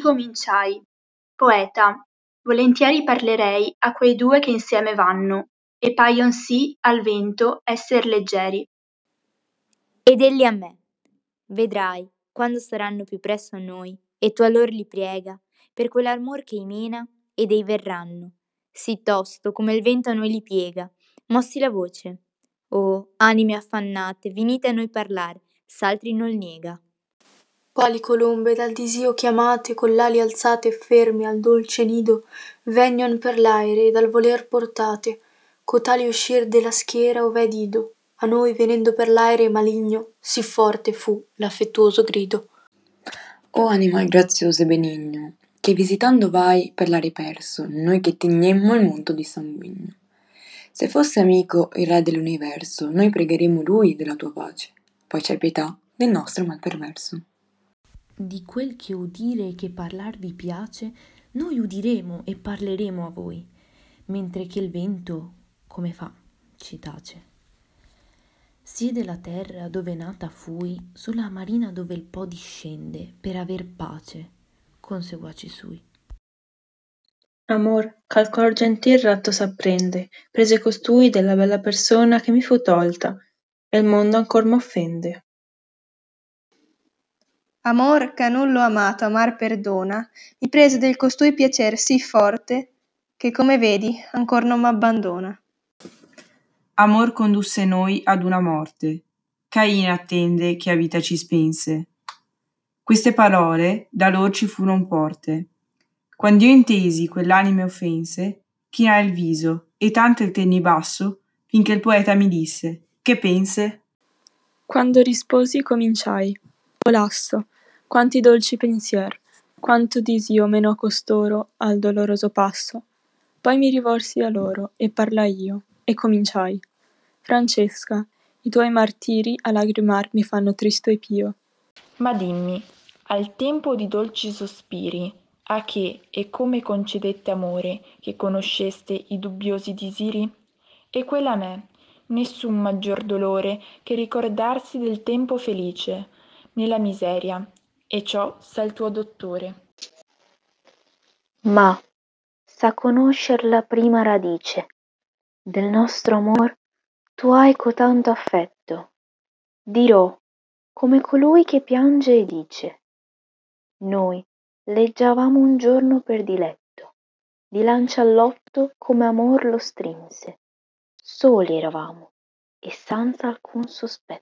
cominciai. Poeta, volentieri parlerei a quei due che insieme vanno, e paion sì al vento esser leggeri. Ed egli a me. Vedrai, quando saranno più presso a noi, e tu allor li priega, per quell'amor che i mena, ed ei verranno. Sì tosto, come il vento a noi li piega, mossi la voce. Oh, anime affannate, venite a noi parlare, s'altri non niega. Quali colombe dal disio chiamate, con l'ali alzate e ferme al dolce nido, vegnon per l'aere ed al voler portate, cotali uscir della schiera ove è dido. A noi venendo per l'aere maligno, sì forte fu l'affettuoso grido. O animal grazioso e benigno, che visitando vai per l'aere perso, noi che tegnemmo il mondo di sanguigno. Se fosse amico il re dell'universo, noi pregheremo lui della tua pace, poi c'è pietà del nostro mal perverso. Di quel che udire e che parlar vi piace, noi udiremo e parleremo a voi, mentre che il vento, come fa, ci tace. Siede la terra dove nata fui, sulla marina dove il Po discende, per aver pace, con seguaci sui. Amor, ch'al cor gentil ratto s'apprende, prese costui della bella persona che mi fu tolta, e il mondo ancor m'offende. Amor, ch'a nullo amato amar perdona, mi prese del costui piacer sì forte, che come vedi ancor non m'abbandona. Amor condusse noi ad una morte, Cain attende che a vita ci spense. Queste parole da lor ci furon porte. Quand'io intesi quell'anime offense, chinai il viso e tanto il tenni basso, finché il poeta mi disse: che pense? Quando risposi cominciai: O lasso, quanti dolci pensier, quanto disio meno a costoro al doloroso passo. Poi mi rivolsi a loro e parlai io, e cominciai: Francesca, i tuoi martiri a lagrimar mi fanno tristo e pio. Ma dimmi, al tempo di dolci sospiri, a che e come concedette amore, che conosceste i dubbiosi disiri? E quella a me, nessun maggior dolore che ricordarsi del tempo felice, nella miseria, e ciò sa il tuo dottore. Ma sa conoscer la prima radice del nostro amor, tu hai cotanto affetto. Dirò come colui che piange e dice: noi leggiavamo un giorno per diletto, di lancia all'otto come amor lo strinse. Soli eravamo e senza alcun sospetto.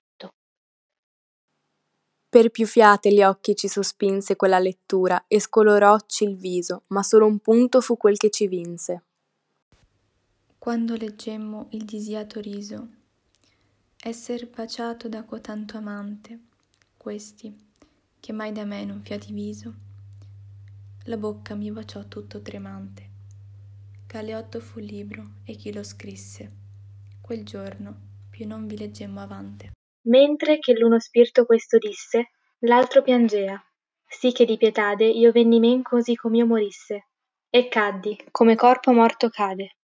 Per più fiate gli occhi ci sospinse quella lettura e scolorocci il viso, ma solo un punto fu quel che ci vinse. Quando leggemmo il disiato riso, esser baciato da cotanto amante, questi, che mai da me non fia diviso, la bocca mi baciò tutto tremante. Galeotto fu il libro e chi lo scrisse, quel giorno più non vi leggemmo avante. Mentre che l'uno spirito questo disse, l'altro piangea, sì che di pietade io venni men così com'io morisse, e caddi, come corpo morto cade.